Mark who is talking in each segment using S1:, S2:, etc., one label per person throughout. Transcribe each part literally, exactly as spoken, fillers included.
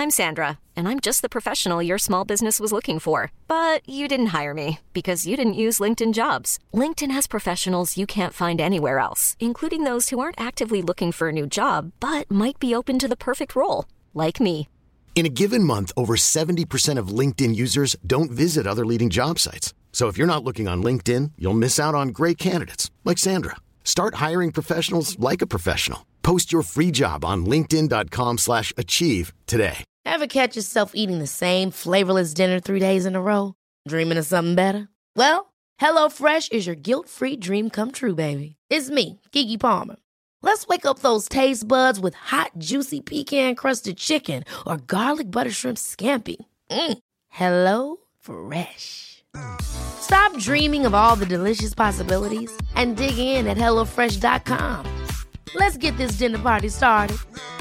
S1: I'm Sandra, and I'm just the professional your small business was looking for. But you didn't hire me because you didn't use LinkedIn Jobs. LinkedIn has professionals you can't find anywhere else, including those who aren't actively looking for a new job, but might be open to the perfect role, like me.
S2: In a given month, over seventy percent of LinkedIn users don't visit other leading job sites. So if you're not looking on LinkedIn, you'll miss out on great candidates like Sandra. Start hiring professionals like a professional. Post your free job on linkedin dot com slash achieve today.
S3: Ever catch yourself eating the same flavorless dinner three days in a row? Dreaming of something better? Well, HelloFresh is your guilt-free dream come true, baby. It's me, Keke Palmer. Let's wake up those taste buds with hot, juicy pecan-crusted chicken or garlic butter shrimp scampi. Mm. Hello Fresh. Stop dreaming of all the delicious possibilities and dig in at hello fresh dot com. Let's get this dinner party started.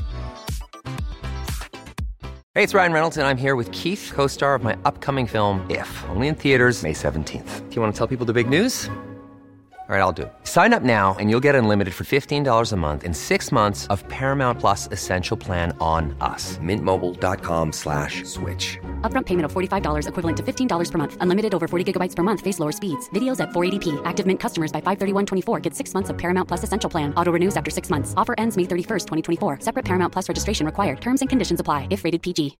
S4: Hey, it's Ryan Reynolds, and I'm here with Keith, co-star of my upcoming film, If, only in theaters May seventeenth. Do you want to tell people the big news? All right, I'll do it. Sign up now and you'll get unlimited for fifteen dollars a month and six months of Paramount Plus Essential Plan on us. Mint Mobile dot com slash switch.
S5: Upfront payment of forty-five dollars equivalent to fifteen dollars per month. Unlimited over forty gigabytes per month. Face lower speeds. Videos at four eighty p. Active Mint customers by five thirty-one twenty-four get six months of Paramount Plus Essential Plan. Auto renews after six months. Offer ends May thirty-first, twenty twenty-four. Separate Paramount Plus registration required. Terms and conditions apply if rated P G.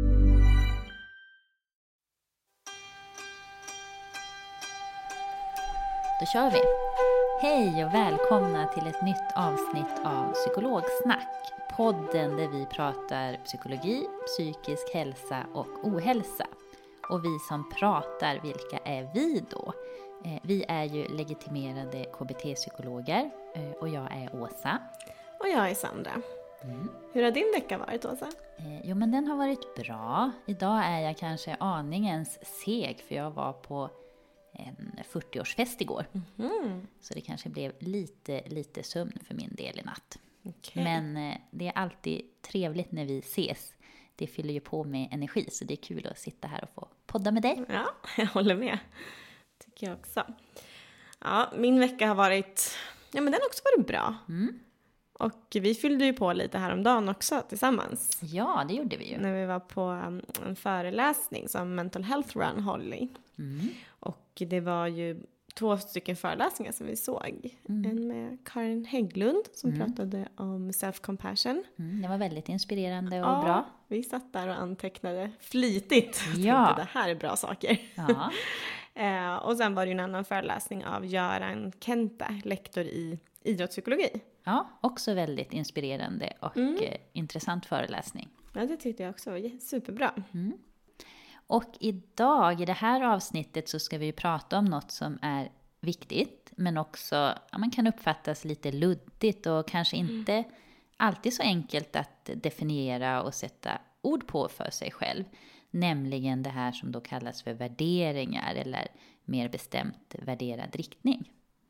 S6: Då kör vi. Hej och välkomna till ett nytt avsnitt av Psykologsnack. Podden där vi pratar psykologi, psykisk hälsa och ohälsa. Och vi som pratar, vilka är vi då? Eh, vi är ju legitimerade K B T-psykologer eh, och jag är Åsa.
S7: Och jag är Sandra. Mm. Hur har din vecka varit, Åsa?
S6: Eh, jo, men den har varit bra. Idag är jag kanske aningens seg för jag var på en fyrtioårsfest igår. Mm. Så det kanske blev lite, lite sömn för min del i natt. Okay. Men eh, det är alltid trevligt när vi ses. Det fyller ju på med energi, så det är kul att sitta här och få podda med dig.
S7: Ja, jag håller med. Tycker jag också. Ja, min vecka har varit, ja men den har också varit bra. Mm. Och vi fyllde ju på lite häromdagen också tillsammans.
S6: Ja, det gjorde vi ju.
S7: När vi var på en föreläsning som Mental Health Run håller i. Mm. Och det var ju två stycken föreläsningar som vi såg. Mm. En med Karin Hägglund som mm. pratade om self-compassion.
S6: Mm, det var väldigt inspirerande och
S7: ja,
S6: bra.
S7: Vi satt där och antecknade flitigt.
S6: Ja.
S7: Jag tänkte, det här är bra saker.
S6: Ja.
S7: eh, och sen var det ju en annan föreläsning av Göran Kenta, lektor i idrottspsykologi.
S6: Ja, också väldigt inspirerande och mm. eh, intressant föreläsning.
S7: Ja, det tyckte jag också var superbra.
S6: Mm. Och idag i det här avsnittet så ska vi prata om något som är viktigt men också ja, man kan uppfattas lite luddigt och kanske inte mm. alltid så enkelt att definiera och sätta ord på för sig själv. Nämligen det här som då kallas för värderingar eller mer bestämt värderad riktning.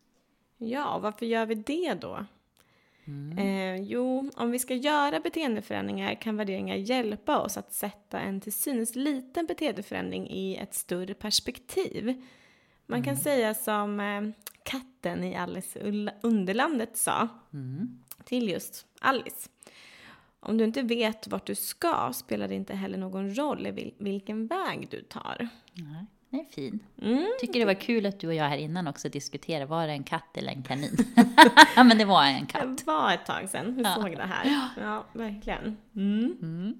S7: Ja, varför gör vi det då? Mm. Eh, jo, om vi ska göra beteendeförändringar kan värderingar hjälpa oss att sätta en till synes liten beteendeförändring i ett större perspektiv. Man kan mm. säga som eh, katten i Alice i Underlandet sa mm. till just Alice. Om du inte vet vart du ska spelar det inte heller någon roll i vilken väg du tar.
S6: Nej. Det är fin. Mm. Tycker det var kul att du och jag här innan också diskuterade, var det en katt eller en kanin? Men det var en katt.
S7: Det var ett tag sedan vi ja. såg det här. Ja, verkligen. Mm.
S6: Mm.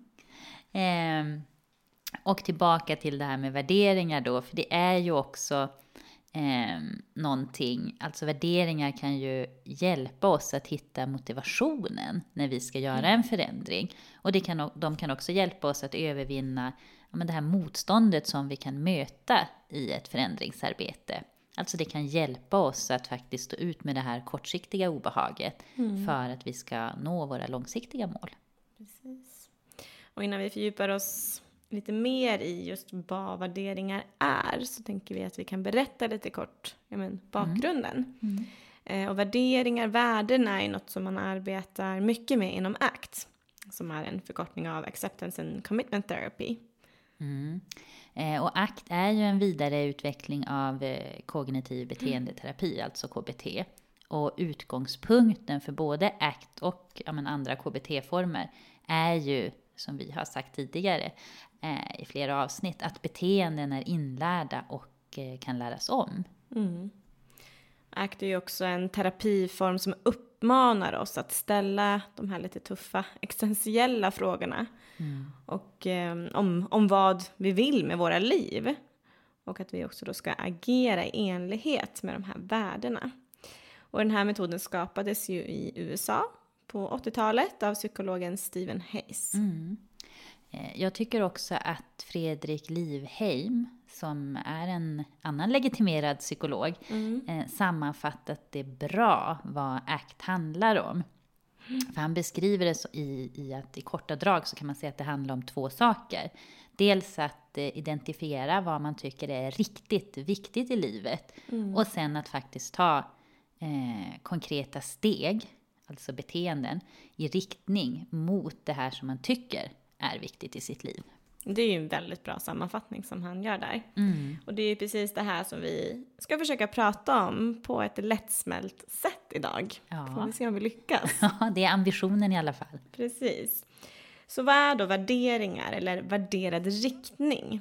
S6: Eh, och tillbaka till det här med värderingar då, för det är ju också eh, någonting, alltså värderingar kan ju hjälpa oss att hitta motivationen när vi ska göra en förändring. Och det kan, de kan också hjälpa oss att övervinna men det här motståndet som vi kan möta i ett förändringsarbete. Alltså det kan hjälpa oss att faktiskt stå ut med det här kortsiktiga obehaget mm. för att vi ska nå våra långsiktiga mål.
S7: Precis. Och innan vi fördjupar oss lite mer i just vad värderingar är så tänker vi att vi kan berätta lite kort ja, men, bakgrunden. Mm. Mm. Eh, och värderingar, värdena är något som man arbetar mycket med inom A C T som är en förkortning av Acceptance and Commitment Therapy.
S6: Mm. Eh, och A C T är ju en vidareutveckling av eh, kognitiv beteendeterapi, mm. alltså K B T. Och utgångspunkten för både A C T och ja, men andra K B T-former är ju som vi har sagt tidigare eh, i flera avsnitt, att beteenden är inlärda och eh, kan läras om.
S7: Mm. A C T är ju också en terapiform som uppmanar oss att ställa de här lite tuffa existentiella frågorna. Mm. Och eh, om, om vad vi vill med våra liv. Och att vi också då ska agera i enlighet med de här värdena. Och den här metoden skapades ju i U S A på åttiotalet av psykologen Stephen Hayes.
S6: Mm. Jag tycker också att Fredrik Livheim, som är en annan legitimerad psykolog, mm. eh, sammanfattat det bra vad A C T handlar om. Mm. För han beskriver det så i, i att i korta drag så kan man säga att det handlar om två saker. Dels att eh, identifiera vad man tycker är riktigt viktigt i livet. Mm. Och sen att faktiskt ta eh, konkreta steg, alltså beteenden, i riktning mot det här som man tycker är viktigt i sitt liv.
S7: Det är ju en väldigt bra sammanfattning som han gör där. Mm. Och det är ju precis det här som vi ska försöka prata om på ett lättsmält sätt idag. Ja. Får vi se om vi lyckas.
S6: Ja, det är ambitionen i alla fall.
S7: Precis. Så vad är då värderingar eller värderad riktning?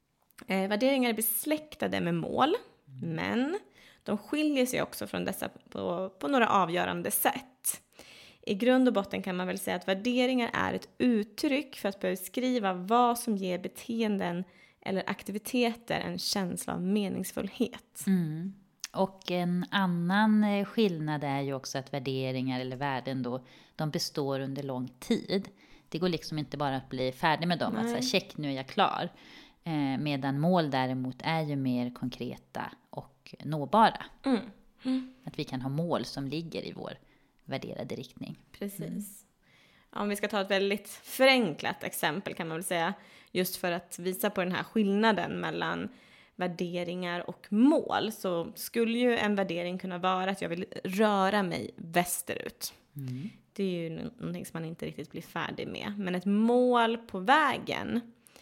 S7: Eh, värderingar är besläktade med mål, mm. men de skiljer sig också från dessa på, på några avgörande sätt. I grund och botten kan man väl säga att värderingar är ett uttryck för att beskriva vad som ger beteenden eller aktiviteter en känsla av meningsfullhet.
S6: Mm. Och en annan skillnad är ju också att värderingar eller värden då, de består under lång tid. Det går liksom inte bara att bli färdig med dem, Nej. Alltså check, nu är jag klar. Eh, medan mål däremot är ju mer konkreta och nåbara. Mm. Mm. Att vi kan ha mål som ligger i vår värderade riktning.
S7: Precis. Mm. Om vi ska ta ett väldigt förenklat exempel kan man väl säga, just för att visa på den här skillnaden mellan värderingar och mål, så skulle ju en värdering kunna vara att jag vill röra mig västerut. Mm. Det är ju någonting som man inte riktigt blir färdig med. Men ett mål på vägen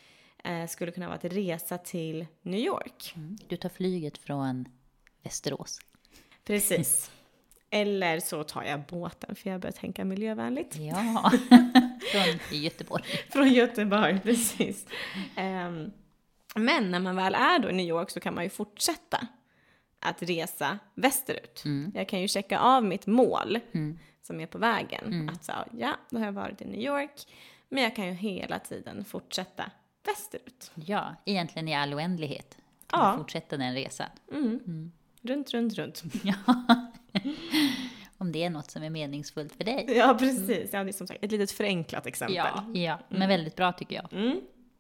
S7: eh, skulle kunna vara att resa till New York.
S6: Mm. Du tar flyget från Västerås.
S7: Precis. Eller så tar jag båten för jag börjar tänka miljövänligt.
S6: Ja, från Göteborg.
S7: Från Göteborg, precis. Um, men när man väl är då i New York så kan man ju fortsätta att resa västerut. Mm. Jag kan ju checka av mitt mål mm. som är på vägen. Mm. Att så, ja, då har jag varit i New York. Men jag kan ju hela tiden fortsätta västerut.
S6: Ja, egentligen i all oändlighet. Kan ja. fortsätta den resan.
S7: Mm. Mm. Runt, runt, runt.
S6: Ja. Om det är något som är meningsfullt för dig.
S7: Ja, precis. Ja, det är som sagt ett litet förenklat exempel.
S6: Ja, ja. Men mm. väldigt bra tycker jag. Mm.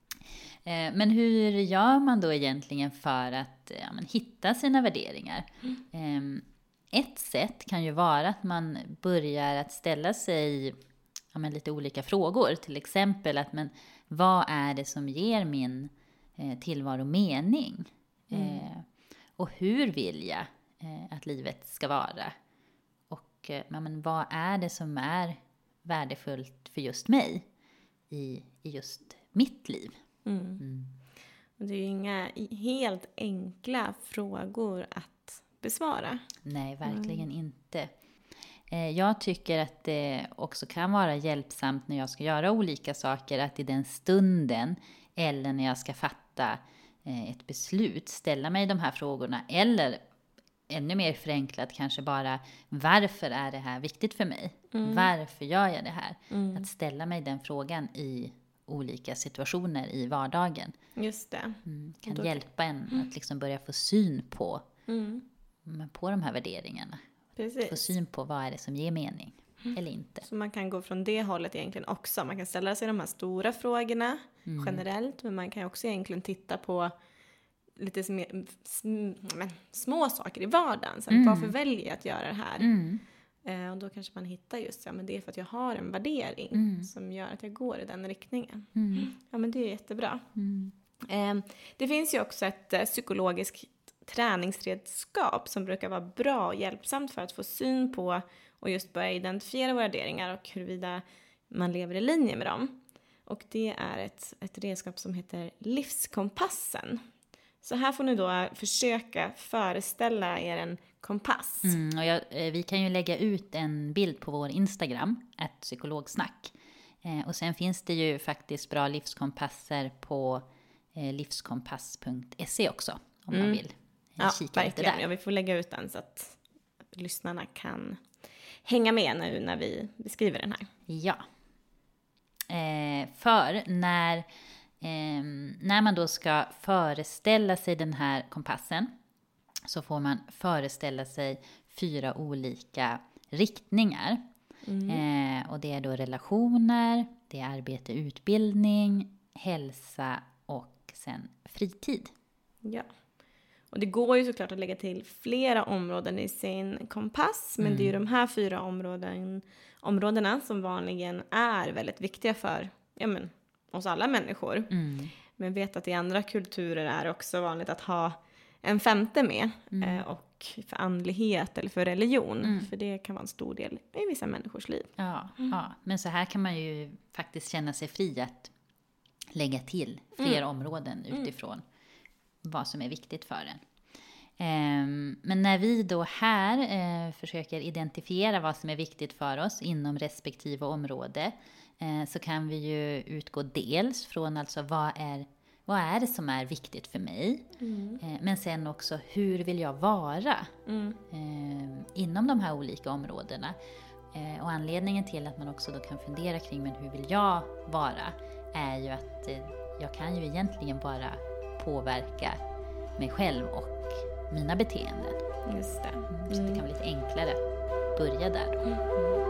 S6: Eh, men hur gör man då egentligen för att ja, men, hitta sina värderingar? Mm. Eh, ett sätt kan ju vara att man börjar att ställa sig ja, men, lite olika frågor. Till exempel att men, vad är det som ger min eh, tillvaro mening? Mm. Eh, och hur vill jag eh, att livet ska vara? Och eh, men, vad är det som är värdefullt för just mig i, i just mitt liv?
S7: Mm. Mm. Och det är ju inga helt enkla frågor att besvara.
S6: Nej, verkligen mm. inte. Eh, jag tycker att det också kan vara hjälpsamt när jag ska göra olika saker, att i den stunden eller när jag ska fatta eh, ett beslut ställa mig de här frågorna, eller ännu mer förenklat kanske bara, varför är det här viktigt för mig? Mm. Varför gör jag det här? Mm. Att ställa mig den frågan i olika situationer i vardagen.
S7: Just det.
S6: Mm, kan då hjälpa en mm. att liksom börja få syn på, mm. på de här värderingarna.
S7: Precis.
S6: Få syn på vad är det som ger mening mm. eller inte.
S7: Så man kan gå från det hållet egentligen också. Man kan ställa sig de här stora frågorna mm. generellt, men man kan också egentligen titta på lite sm- sm- men, små saker i vardagen. Så mm. varför väljer jag att göra det här? Mm. Eh, och då kanske man hittar just, ja men det är för att jag har en värdering mm. som gör att jag går i den riktningen. Mm. Ja men det är jättebra. Mm. Eh, det finns ju också ett eh, psykologiskt träningsredskap som brukar vara bra och hjälpsamt för att få syn på och just börja identifiera våra värderingar och huruvida man lever i linje med dem. Och det är ett, ett redskap som heter livskompassen. Så här får ni då försöka föreställa er en kompass.
S6: Mm, och jag, vi kan ju lägga ut en bild på vår Instagram, ett psykologsnack. Eh, och sen finns det ju faktiskt bra livskompasser på eh, livskompass punkt se också, om mm. man vill eh,
S7: ja,
S6: kika lite där.
S7: Ja, vi får lägga ut den så att lyssnarna kan hänga med nu när vi beskriver den här.
S6: Ja. Eh, för när, eh, när man då ska föreställa sig den här kompassen, så får man föreställa sig fyra olika riktningar. Mm. Eh, och det är då relationer, det är arbete, utbildning, hälsa och sen fritid.
S7: Ja. Och det går ju såklart att lägga till flera områden i sin kompass. Men mm. det är ju de här fyra områden, områdena som vanligen är väldigt viktiga för ja, men, oss alla människor. Mm. Men vet att i andra kulturer är det också vanligt att ha en femte med. Mm. Eh, och för andlighet eller för religion. Mm. För det kan vara en stor del i vissa människors liv.
S6: Ja, mm. ja, men så här kan man ju faktiskt känna sig fri att lägga till fler mm. områden utifrån mm. vad som är viktigt för en. Um, men när vi då här uh, försöker identifiera vad som är viktigt för oss inom respektive område, uh, så kan vi ju utgå dels från alltså vad är, vad är det som är viktigt för mig, mm. uh, men sen också hur vill jag vara mm. uh, inom de här olika områdena. Uh, och anledningen till att man också då kan fundera kring men hur vill jag vara är ju att uh, jag kan ju egentligen bara påverka mig själv och mina beteenden.
S7: Just det.
S6: Mm. Så det kan vara lite enklare att börja där då. Mm.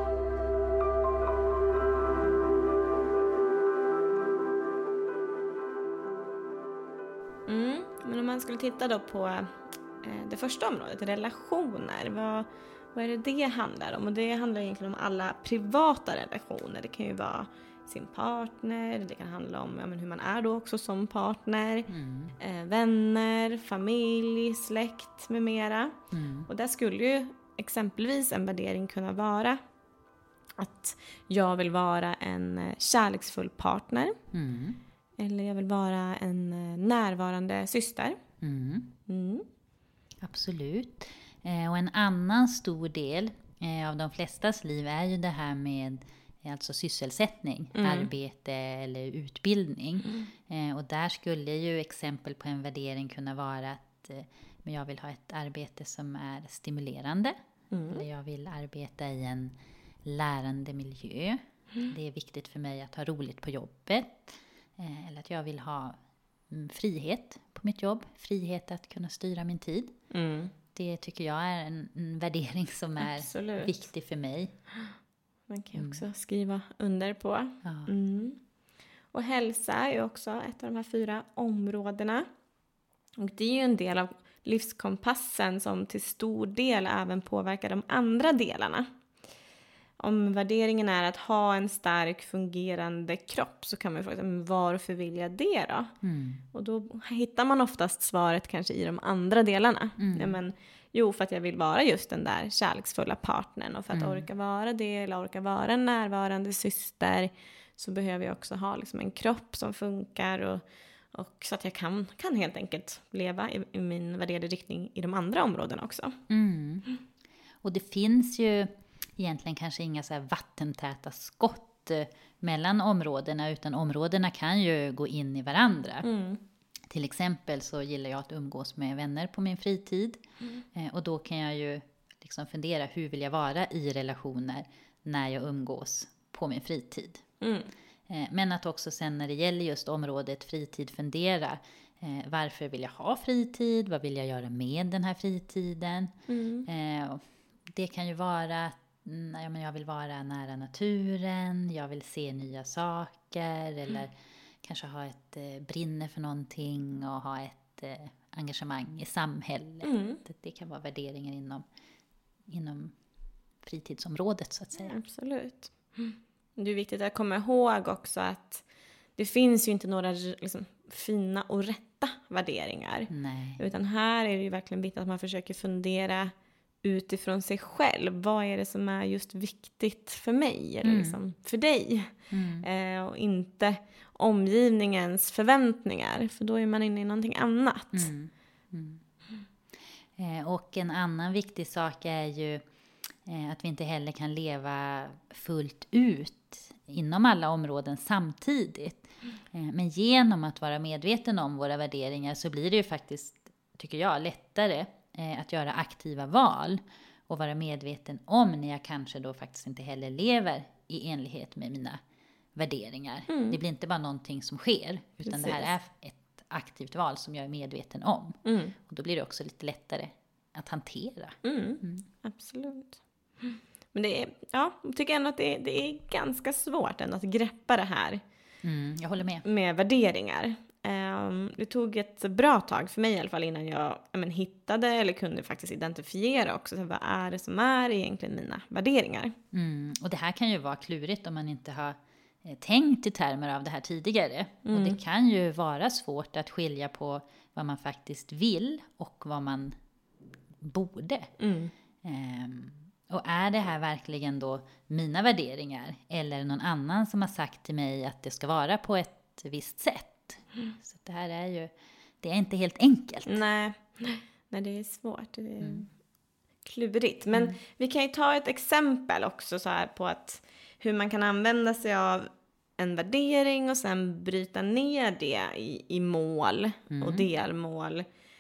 S7: Mm. Men om man skulle titta då på eh, det första området, relationer. Vad, vad är det det handlar om? Och det handlar egentligen om alla privata relationer. Det kan ju vara sin partner, det kan handla om ja, men hur man är då också som partner, mm. eh, vänner, familj, släkt med mera. Mm. Och där skulle ju exempelvis en värdering kunna vara att jag vill vara en kärleksfull partner. Mm. Eller jag vill vara en närvarande syster.
S6: Mm. Mm. Absolut. Eh, och en annan stor del eh, av de flestas liv är ju det här med alltså sysselsättning, mm. arbete eller utbildning. Mm. Eh, och där skulle ju exempel på en värdering kunna vara att eh, men jag vill ha ett arbete som är stimulerande. Mm. Eller jag vill arbeta i en lärande miljö. Mm. Det är viktigt för mig att ha roligt på jobbet. Eh, eller att jag vill ha mm, frihet på mitt jobb. Frihet att kunna styra min tid. Mm. Det tycker jag är en, en värdering som är Absolut. Viktig för mig.
S7: Man kan ju också mm. skriva under på. Ja. Mm. Och hälsa är också ett av de här fyra områdena. Och det är ju en del av livskompassen som till stor del även påverkar de andra delarna. Om värderingen är att ha en stark fungerande kropp så kan man ju fråga sig, men varför vill jag det då? Mm. Och då hittar man oftast svaret kanske i de andra delarna. Mm. Ja, men, jo, för att jag vill vara just den där kärleksfulla partnern. Och för att mm. orka vara det eller orka vara en närvarande syster så behöver jag också ha liksom en kropp som funkar. Och, och så att jag kan, kan helt enkelt leva i, i min värderade riktning i de andra områdena också.
S6: Mm. Och det finns ju egentligen kanske inga så här vattentäta skott mellan områdena, utan områdena kan ju gå in i varandra. Mm. Till exempel så gillar jag att umgås med vänner på min fritid. Mm. Eh, och då kan jag ju liksom fundera, hur vill jag vara i relationer när jag umgås på min fritid? Mm. Eh, men att också sen när det gäller just området fritid fundera, eh, varför vill jag ha fritid? Vad vill jag göra med den här fritiden? Mm. Eh, det kan ju vara att ja, men jag vill vara nära naturen, jag vill se nya saker eller mm. kanske ha ett eh, brinner för någonting och ha ett eh, engagemang i samhället. Mm. Det, det kan vara värderingar inom, inom fritidsområdet så att säga.
S7: Ja, absolut. Mm. Det är viktigt att komma ihåg också att det finns ju inte några liksom, fina och rätta värderingar.
S6: Nej.
S7: Utan här är det ju verkligen viktigt att man försöker fundera utifrån sig själv. Vad är det som är just viktigt för mig? Eller mm. liksom för dig? Mm. Eh, och inte omgivningens förväntningar. För då är man inne i någonting annat.
S6: Mm. Mm. Eh, och en annan viktig sak är ju eh, att vi inte heller kan leva fullt ut inom alla områden samtidigt. Mm. Men genom att vara medveten om våra värderingar så blir det ju faktiskt, tycker jag, lättare att göra aktiva val. Och vara medveten om när jag kanske då faktiskt inte heller lever i enlighet med mina värderingar. Mm. Det blir inte bara någonting som sker. Utan Precis. Det här är ett aktivt val som jag är medveten om. Mm. Och då blir det också lite lättare att hantera.
S7: Mm. Mm. Absolut. Men det är, ja, jag tycker ändå att det är, det är ganska svårt ändå att greppa det här.
S6: Mm, jag håller med.
S7: Med värderingar. Um, det tog ett bra tag för mig i alla fall innan jag, jag men, hittade eller kunde faktiskt identifiera också. Så vad är det som är egentligen mina värderingar?
S6: Mm, och det här kan ju vara klurigt om man inte har eh, tänkt i termer av det här tidigare. Mm. Och det kan ju vara svårt att skilja på vad man faktiskt vill och vad man borde. Mm. Um, och är det här verkligen då mina värderingar eller någon annan som har sagt till mig att det ska vara på ett visst sätt? Mm. Så det här är ju, det är inte helt enkelt.
S7: Nej, Nej det är svårt. Det är mm. klurigt. Men mm. vi kan ju ta ett exempel också så här på att hur man kan använda sig av en värdering och sen bryta ner det i, i mål mm. och delmål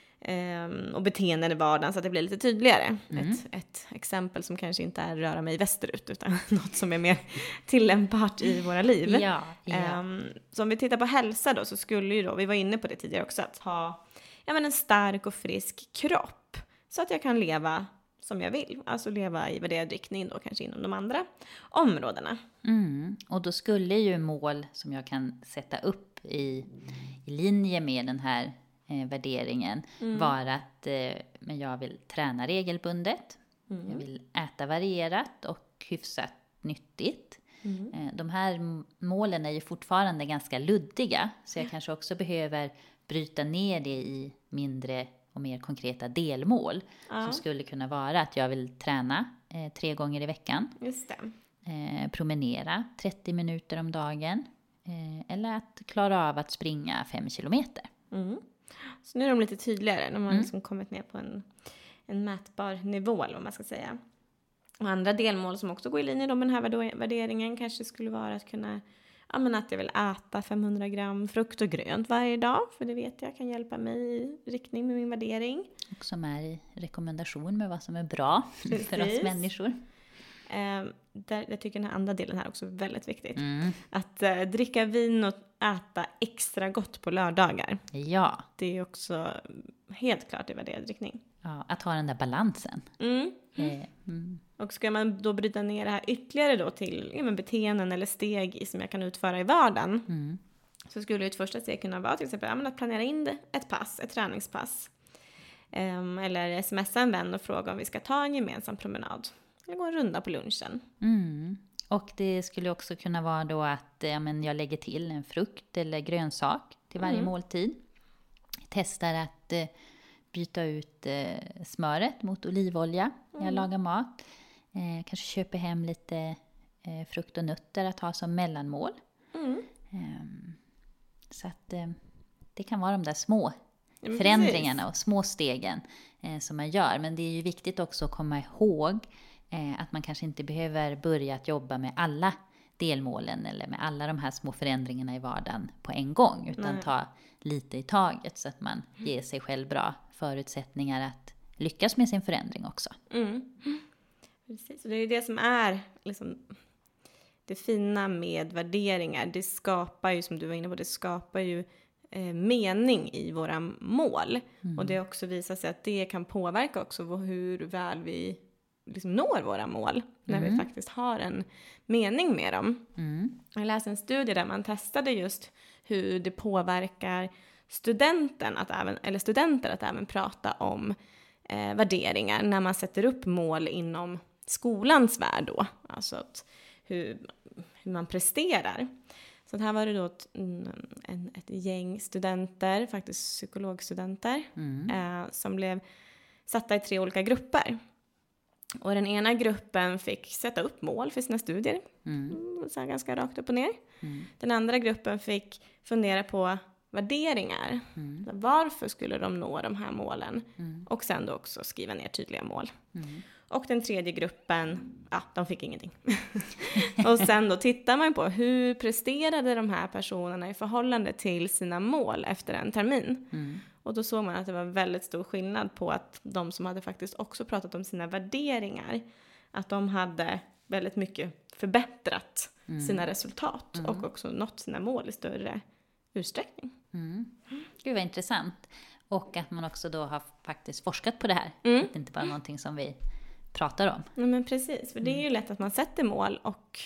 S7: um, och beteenden i vardagen så att det blir lite tydligare. Mm. Ett, ett exempel som kanske inte är röra mig västerut utan något som är mer tillämpbart i våra liv.
S6: Ja, ja.
S7: Um, så om vi tittar på hälsa då så skulle ju då, vi var inne på det tidigare också, att ha ja, men en stark och frisk kropp så att jag kan leva som jag vill. Alltså leva i värderad riktning då kanske inom de andra områdena.
S6: Mm. Och då skulle ju mål som jag kan sätta upp i, i linje med den här eh, värderingen mm. vara att eh, men jag vill träna regelbundet. Mm. Jag vill äta varierat och hyfsat nyttigt. Mm. Eh, de här målen är ju fortfarande ganska luddiga. Så jag kanske också behöver bryta ner det i mindre och mer konkreta delmål. Ja. Som skulle kunna vara att jag vill träna eh, tre gånger i veckan.
S7: Just det.
S6: Eh, promenera trettio minuter om dagen. Eh, eller att klara av att springa fem kilometer.
S7: Mm. Så nu är de lite tydligare. När man mm. liksom kommit ner på en, en mätbar nivå eller vad man ska säga. Och andra delmål som också går i linje med den här värderingen kanske skulle vara att kunna... Ja, men att jag vill äta femhundra gram frukt och grönt varje dag. För det vet jag kan hjälpa mig i riktning med min värdering.
S6: Och som är i rekommendation med vad som är bra Precis. För oss människor.
S7: Eh, där, jag tycker den här andra delen här också är väldigt viktigt. Mm. Att eh, dricka vin och äta extra gott på lördagar.
S6: Ja.
S7: Det är också helt klart i värderad riktning.
S6: Ja, att ha den där balansen.
S7: Mm.
S6: Eh, mm.
S7: Och ska man då bryta ner det här ytterligare då till ja, men beteenden eller steg som jag kan utföra i vardagen. Mm. Så skulle ett första steg kunna vara till exempel ja, men att planera in ett pass, ett träningspass. Um, eller smsa en vän och fråga om vi ska ta en gemensam promenad. Eller gå en runda på lunchen.
S6: Mm. Och det skulle också kunna vara då att ja, men jag lägger till en frukt eller grönsak till varje mm. måltid. Testar att eh, byta ut eh, smöret mot olivolja när jag mm. lagar mat. Eh, kanske köper hem lite eh, frukt och nötter att ha som mellanmål. Mm. Eh, så att eh, det kan vara de där små ja, förändringarna precis. Och små stegen eh, som man gör. Men det är ju viktigt också att komma ihåg eh, att man kanske inte behöver börja att jobba med alla delmålen eller med alla de här små förändringarna i vardagen på en gång. Utan Nej. Ta lite i taget så att man ger sig själv bra förutsättningar att lyckas med sin förändring också.
S7: Mm. Precis, och det är ju det som är liksom, det fina med värderingar. Det skapar ju, som du var inne på, det skapar ju eh, mening i våra mål. Mm. Och det också visar sig att det kan påverka också hur väl vi liksom når våra mål. När mm. vi faktiskt har en mening med dem. Mm. Jag läste en studie där man testade just hur det påverkar studenten att även, eller studenter att även prata om eh, värderingar när man sätter upp mål inom skolans värld då. Alltså att hur, hur man presterar. Så här var det då ett, en, ett gäng studenter, faktiskt psykologstudenter, mm. eh, som blev satta i tre olika grupper. Och den ena gruppen fick sätta upp mål för sina studier. Mm. Så här ganska rakt upp och ner. Mm. Den andra gruppen fick fundera på värderingar. Mm. Varför skulle de nå de här målen? Mm. Och sen då också skriva ner tydliga mål. Mm. Och den tredje gruppen, ja, de fick ingenting. Och sen då tittar man på hur presterade de här personerna i förhållande till sina mål efter en termin. Mm. Och då såg man att det var väldigt stor skillnad på att de som hade faktiskt också pratat om sina värderingar, att de hade väldigt mycket förbättrat mm. sina resultat mm. och också nått sina mål i större utsträckning.
S6: Mm. Gud vad intressant. Och att man också då har faktiskt forskat på det här.
S7: Mm.
S6: Att det inte bara är någonting som vi pratar om.
S7: Ja, men precis, för det är ju lätt att man sätter mål och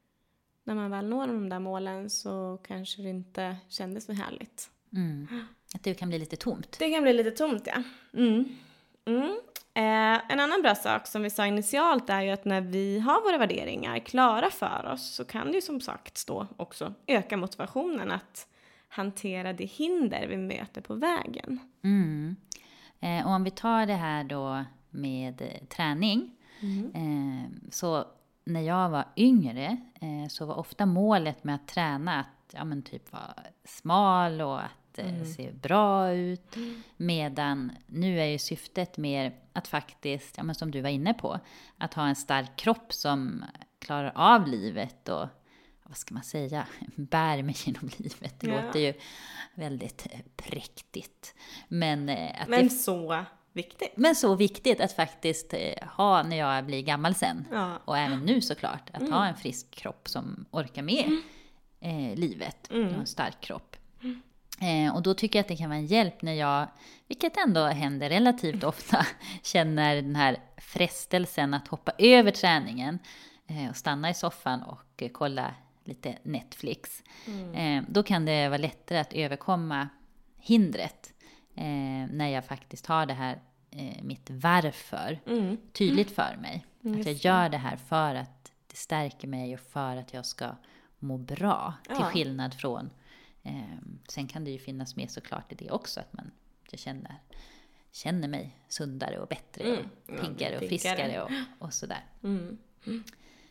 S7: när man väl når de där målen så kanske det inte kändes så härligt.
S6: Mm. Att det kan bli lite tomt.
S7: Det kan bli lite tomt, ja. Mm. Mm. Eh, en annan bra sak som vi sa initialt är ju att när vi har våra värderingar klara för oss så kan det ju som sagt då också öka motivationen att hantera det hinder vi möter på vägen.
S6: Mm. Eh, och om vi tar det här då med eh, träning. Mm. Eh, så när jag var yngre eh, så var ofta målet med att träna att ja, men typ vara smal och att eh, mm. se bra ut. Mm. Medan nu är ju syftet mer att faktiskt, ja, men som du var inne på, att ha en stark kropp som klarar av livet och vad ska man säga, bär mig genom livet. Det ja. låter ju väldigt präktigt. Men, att
S7: men
S6: det,
S7: så viktigt.
S6: Men så viktigt att faktiskt ha när jag blir gammal sen. Ja. Och även nu såklart. Att mm. ha en frisk kropp som orkar med mm. eh, livet. Mm. Och en stark kropp. Mm. Eh, och då tycker jag att det kan vara en hjälp när jag, vilket ändå händer relativt ofta, känner den här frestelsen att hoppa över träningen. Eh, och stanna i soffan och eh, kolla lite Netflix. Mm. Eh, då kan det vara lättare att överkomma hindret. Eh, när jag faktiskt har det här eh, mitt varför mm. tydligt för mig. Mm. Att jag gör det här för att det stärker mig och för att jag ska må bra. Ja. Till skillnad från eh, sen kan det ju finnas med såklart i det också att man jag känner, känner mig sundare och bättre mm. och piggare ja, och friskare och, och sådär. Mm. Mm.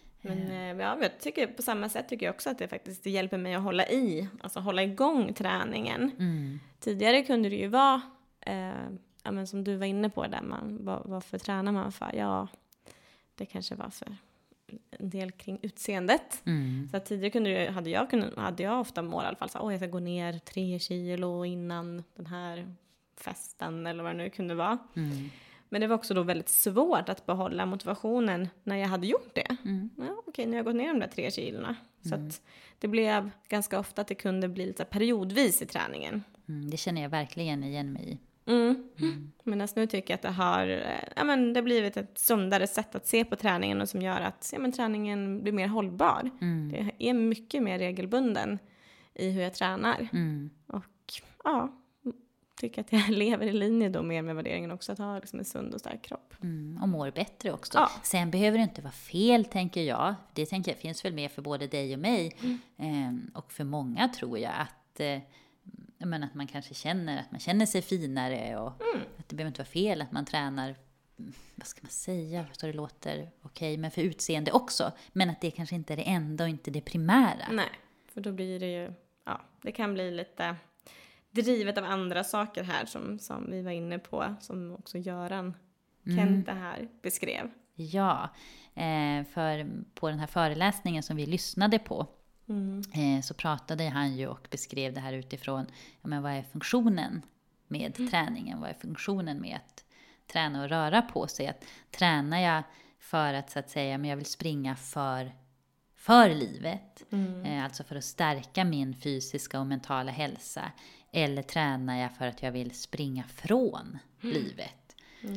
S7: Men ja, jag tycker på samma sätt tycker jag också att det faktiskt det hjälper mig att hålla i, alltså hålla igång träningen. Mm. Tidigare kunde det ju vara, eh, ja, men som du var inne på där, man, vad, varför tränar man för? Ja, det kanske var för en del kring utseendet. Mm. Så att tidigare kunde det, hade, jag kunnat, hade jag ofta mål i alla fall, så åh jag ska gå ner tre kilo innan den här festen eller vad det nu kunde vara. Mm. Men det var också då väldigt svårt att behålla motivationen när jag hade gjort det. Mm. Ja, okej, nu har jag gått ner de där tre kilorna. Så mm. att det blev ganska ofta att det kunde bli lite periodvis i träningen.
S6: Mm, det känner jag verkligen igen mig i.
S7: Mm. Mm. Men nu tycker jag att det har ja, men det har blivit ett sundare sätt att se på träningen och som gör att ja, men träningen blir mer hållbar. Mm. Det är mycket mer regelbunden i hur jag tränar. Mm. Och ja... tycker att jag lever i linje då mer med värderingen också. Att ha liksom en sund och stark kropp.
S6: Mm, och mår bättre också.
S7: Ja.
S6: Sen behöver det inte vara fel, tänker jag. Det tänker jag finns väl med för både dig och mig. Mm. Eh, och för många tror jag att, eh, jag menar, att man kanske känner att man känner sig finare. Och mm. att det behöver inte vara fel att man tränar, vad ska man säga, så det låter okej. Okay, men för utseende också. Men att det kanske inte är det enda och inte det primära.
S7: Nej, för då blir det ju, ja, det kan bli lite... drivet av andra saker här som, som vi var inne på. Som också Göran Kente mm. här beskrev.
S6: Ja, eh, för på den här föreläsningen som vi lyssnade på. Mm. Eh, så pratade han ju och beskrev det här utifrån. Ja, men vad är funktionen med mm. träningen? Vad är funktionen med att träna och röra på sig? Att tränar jag för att så att säga. Men jag vill springa för... för livet. Mm. Eh, alltså för att stärka min fysiska och mentala hälsa. Eller tränar jag för att jag vill springa från mm. livet.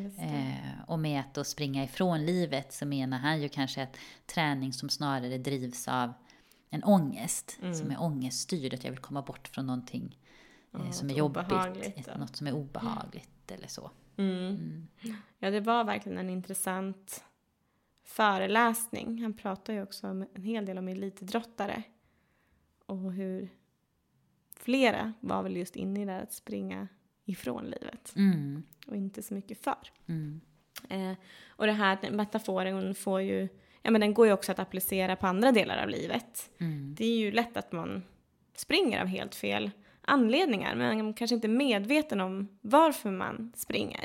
S6: Eh, och med att då springa ifrån livet så menar han ju kanske att träning som snarare drivs av en ångest. Mm. Som är ångeststyrd. Att jag vill komma bort från någonting eh, oh, som är jobbigt. Ett, något som är obehagligt mm. eller så.
S7: Mm. Mm. Ja, det var verkligen en intressant föreläsning. Han pratar ju också om en hel del om elitidrottare. Och hur flera var väl just inne i det att springa ifrån livet. Mm. Och inte så mycket för. Mm. Eh, och det här metaforen får ju, ja men den går ju också att applicera på andra delar av livet. Mm. Det är ju lätt att man springer av helt fel anledningar. Men man kanske inte är medveten om varför man springer.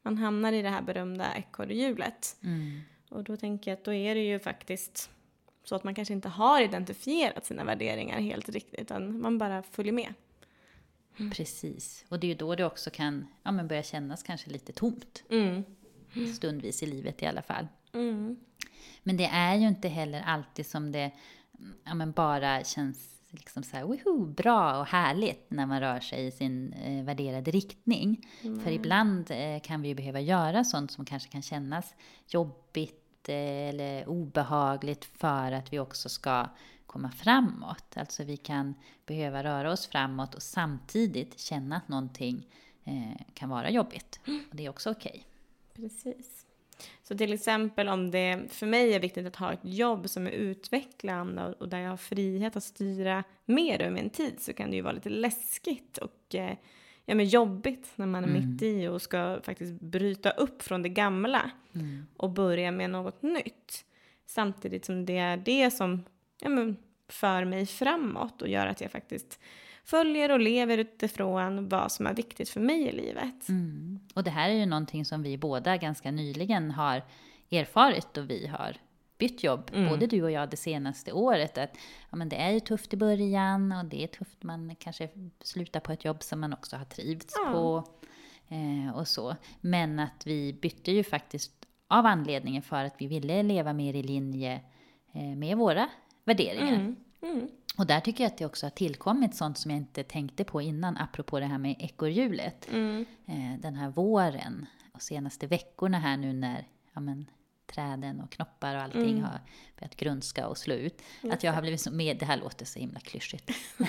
S7: Man hamnar i det här berömda ekorrhjulet.
S6: Mm.
S7: Och då tänker jag att då är det ju faktiskt så att man kanske inte har identifierat sina värderingar helt riktigt, utan man bara följer med.
S6: Mm. Precis. Och det är ju då det också kan ja, men börja kännas kanske lite tomt.
S7: Mm.
S6: Stundvis i livet i alla fall.
S7: Mm.
S6: Men det är ju inte heller alltid som det ja, men bara känns liksom så här, woho, bra och härligt när man rör sig i sin eh, värderade riktning. Mm. För ibland eh, kan vi ju behöva göra sånt som kanske kan kännas jobbigt eh, eller obehagligt för att vi också ska komma framåt. Alltså vi kan behöva röra oss framåt och samtidigt känna att någonting eh, kan vara jobbigt. Och det är också okej.
S7: Precis. Så till exempel om det för mig är viktigt att ha ett jobb som är utvecklande och där jag har frihet att styra mer över min tid, så kan det ju vara lite läskigt och eh, ja, men jobbigt när man är mm. mitt i och ska faktiskt bryta upp från det gamla mm. och börja med något nytt. Samtidigt som det är det som ja, men, för mig framåt och gör att jag faktiskt följer och lever utifrån vad som är viktigt för mig i livet.
S6: Mm. Och det här är ju någonting som vi båda ganska nyligen har erfarit och vi har bytt jobb. Mm. Både du och jag det senaste året. Att, ja, men det är ju tufft i början och det är tufft man kanske slutar på ett jobb som man också har trivts ja. på. Eh, och så. Men att vi bytte ju faktiskt av anledningen för att vi ville leva mer i linje eh, med våra värderingar. Mm. Mm. Och där tycker jag att det också har tillkommit sånt som jag inte tänkte på innan, apropå det här med ekorrhjulet. Mm. Eh, den här våren och senaste veckorna här nu när ja, men, träden och knoppar och allting mm. har börjat grunska och slå ut. Just att jag har blivit så med, det här låter så himla klyschigt.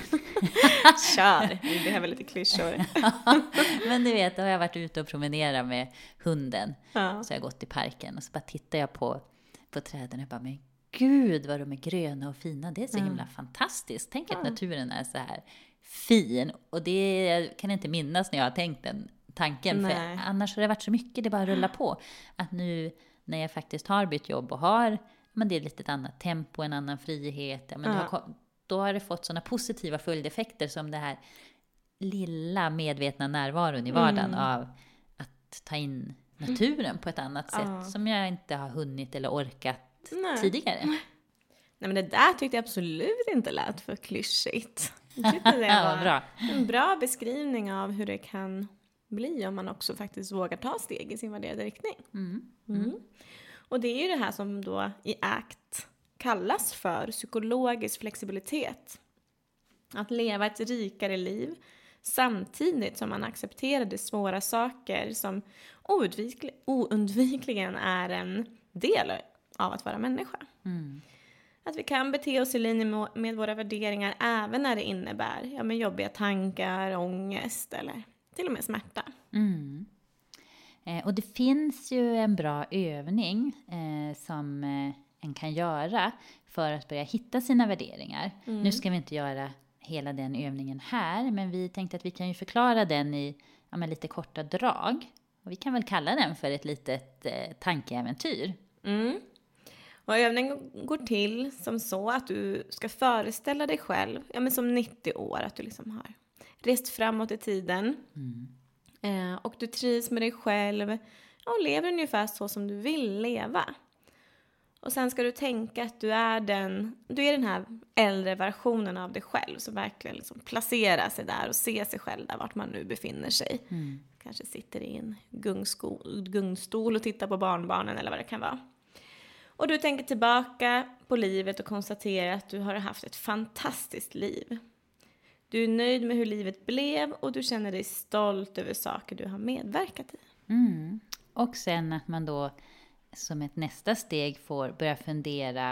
S7: Kör, vi behöver lite klyschor.
S6: Ja, men du vet, då har jag varit ute och promenerat med hunden.
S7: Ja.
S6: Så jag har gått i parken och så bara tittar jag på, på träden och bara, men gud vad de är gröna och fina. Det är så mm. himla fantastiskt. Tänk att mm. naturen är så här fin. Och det jag kan inte minnas när jag har tänkt den tanken. Nej. För annars har det varit så mycket, det bara rullar på. Att nu när jag faktiskt har bytt jobb och har, men det är lite ett annat tempo, en annan frihet. Men mm. har, då har det fått sådana positiva följdeffekter som det här lilla medvetna närvaron i vardagen mm. av att ta in naturen på ett annat sätt. Mm. Som jag inte har hunnit eller orkat Nej. tidigare.
S7: Nej, men det där tyckte jag absolut inte lät för klyschigt. Jag tyckte det var
S6: bra.
S7: en bra beskrivning av hur det kan bli om man också faktiskt vågar ta steg i sin värderade riktning. Mm. Mm. Och det är ju det här som då i ACT kallas för psykologisk flexibilitet. Att leva ett rikare liv samtidigt som man accepterar de svåra saker som oundvikl- oundvikligen är en del av att vara människa. Mm. Att vi kan bete oss i linje med våra värderingar även när det innebär ja, men jobbiga tankar, ångest eller till och med smärta.
S6: Mm. Eh, och det finns ju en bra övning eh, som eh, en kan göra för att börja hitta sina värderingar. Mm. Nu ska vi inte göra hela den övningen här, men vi tänkte att vi kan ju förklara den i ja, men lite korta drag. Och vi kan väl kalla den för ett litet eh, tankeäventyr.
S7: Mm. Och övningen går till som så att du ska föreställa dig själv ja, men som nittio år, att du liksom har rest framåt i tiden. Mm. Eh, och du trivs med dig själv och lever ungefär så som du vill leva. Och sen ska du tänka att du är den, du är den här äldre versionen av dig själv som verkligen liksom placerar sig där och ser sig själv där vart man nu befinner sig. Mm. Kanske sitter i en gungstol, gungstol och tittar på barnbarnen eller vad det kan vara. Och du tänker tillbaka på livet och konstaterar att du har haft ett fantastiskt liv. Du är nöjd med hur livet blev och du känner dig stolt över saker du har medverkat i.
S6: Mm. Och sen att man då som ett nästa steg får börja fundera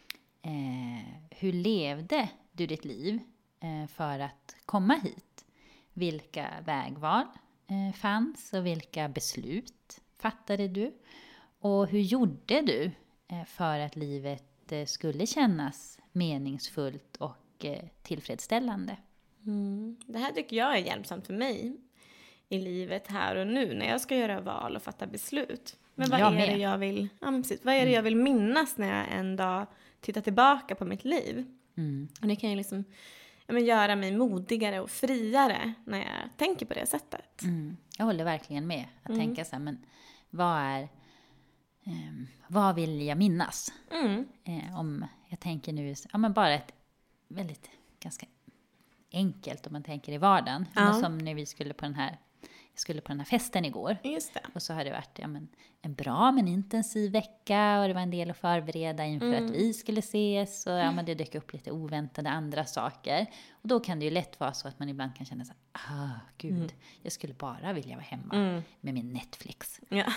S6: eh, hur levde du ditt liv eh, för att komma hit? Vilka vägval eh, fanns och vilka beslut fattade du? Och hur gjorde du eh, för att livet eh, skulle kännas meningsfullt och eh, tillfredsställande?
S7: Mm. Det här tycker jag är hjälpsamt för mig i livet här och nu när jag ska göra val och fatta beslut. Men vad jag är det jag vill, ja, precis, vad är det jag vill minnas när jag en dag tittar tillbaka på mitt liv? Mm. Och det kan ju liksom ja, men göra mig modigare och friare när jag tänker på det sättet.
S6: Mm. Jag håller verkligen med att
S7: Mm.
S6: tänka så här, men vad är, um, vad vill jag minnas?
S7: Mm.
S6: Eh, om jag tänker nu, ja men bara ett väldigt ganska enkelt om man tänker i vardagen.
S7: Ja.
S6: Men som när vi skulle på den här, jag skulle på den här festen igår.
S7: Just det.
S6: Och så har det varit ja, men, en bra men intensiv vecka och det var en del att förbereda inför
S7: Mm.
S6: att vi skulle ses och ja, men det dök upp lite oväntade andra saker. Och då kan det ju lätt vara så att man ibland kan känna så här, ah gud,
S7: Mm.
S6: jag skulle bara vilja vara hemma
S7: Mm.
S6: med min Netflix.
S7: Ja.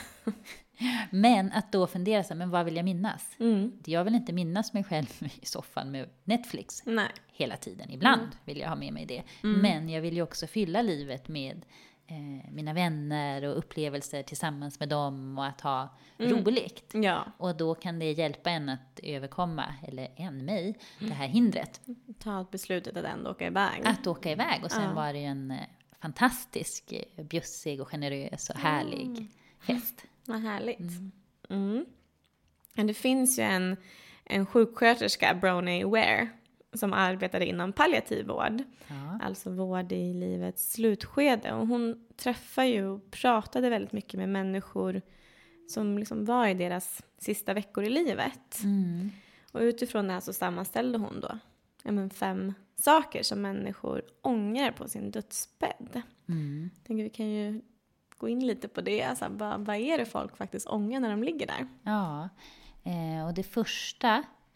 S6: Men att då fundera så här, men vad vill jag minnas?
S7: Mm.
S6: Jag vill inte minnas mig själv i soffan med Netflix
S7: Nej.
S6: hela tiden. Ibland vill jag ha med mig det.
S7: Mm.
S6: Men jag vill ju också fylla livet med eh, mina vänner och upplevelser tillsammans med dem och att ha
S7: Mm.
S6: roligt.
S7: Ja.
S6: Och då kan det hjälpa en att överkomma, eller en mig, det här hindret.
S7: Ta beslutet att ändå åka iväg.
S6: Att åka iväg. Och sen
S7: Ja.
S6: var det ju en eh, fantastisk, eh, bjussig och generös och härlig fest.
S7: Vad härligt. Mm. Men det finns ju en, en sjuksköterska, Bronnie Ware, som arbetade inom palliativ vård.
S6: Ja.
S7: Alltså vård i livets slutskede. Och hon träffade ju och pratade väldigt mycket med människor som liksom var i deras sista veckor i livet.
S6: Mm.
S7: Och utifrån det här så sammanställde hon då ja, men fem saker som människor ångrar på sin dödsbädd.
S6: Mm.
S7: Jag tänker vi kan ju gå in lite på det. Alltså, vad, vad är det folk faktiskt ångrar när de ligger där?
S6: Ja, eh, och det första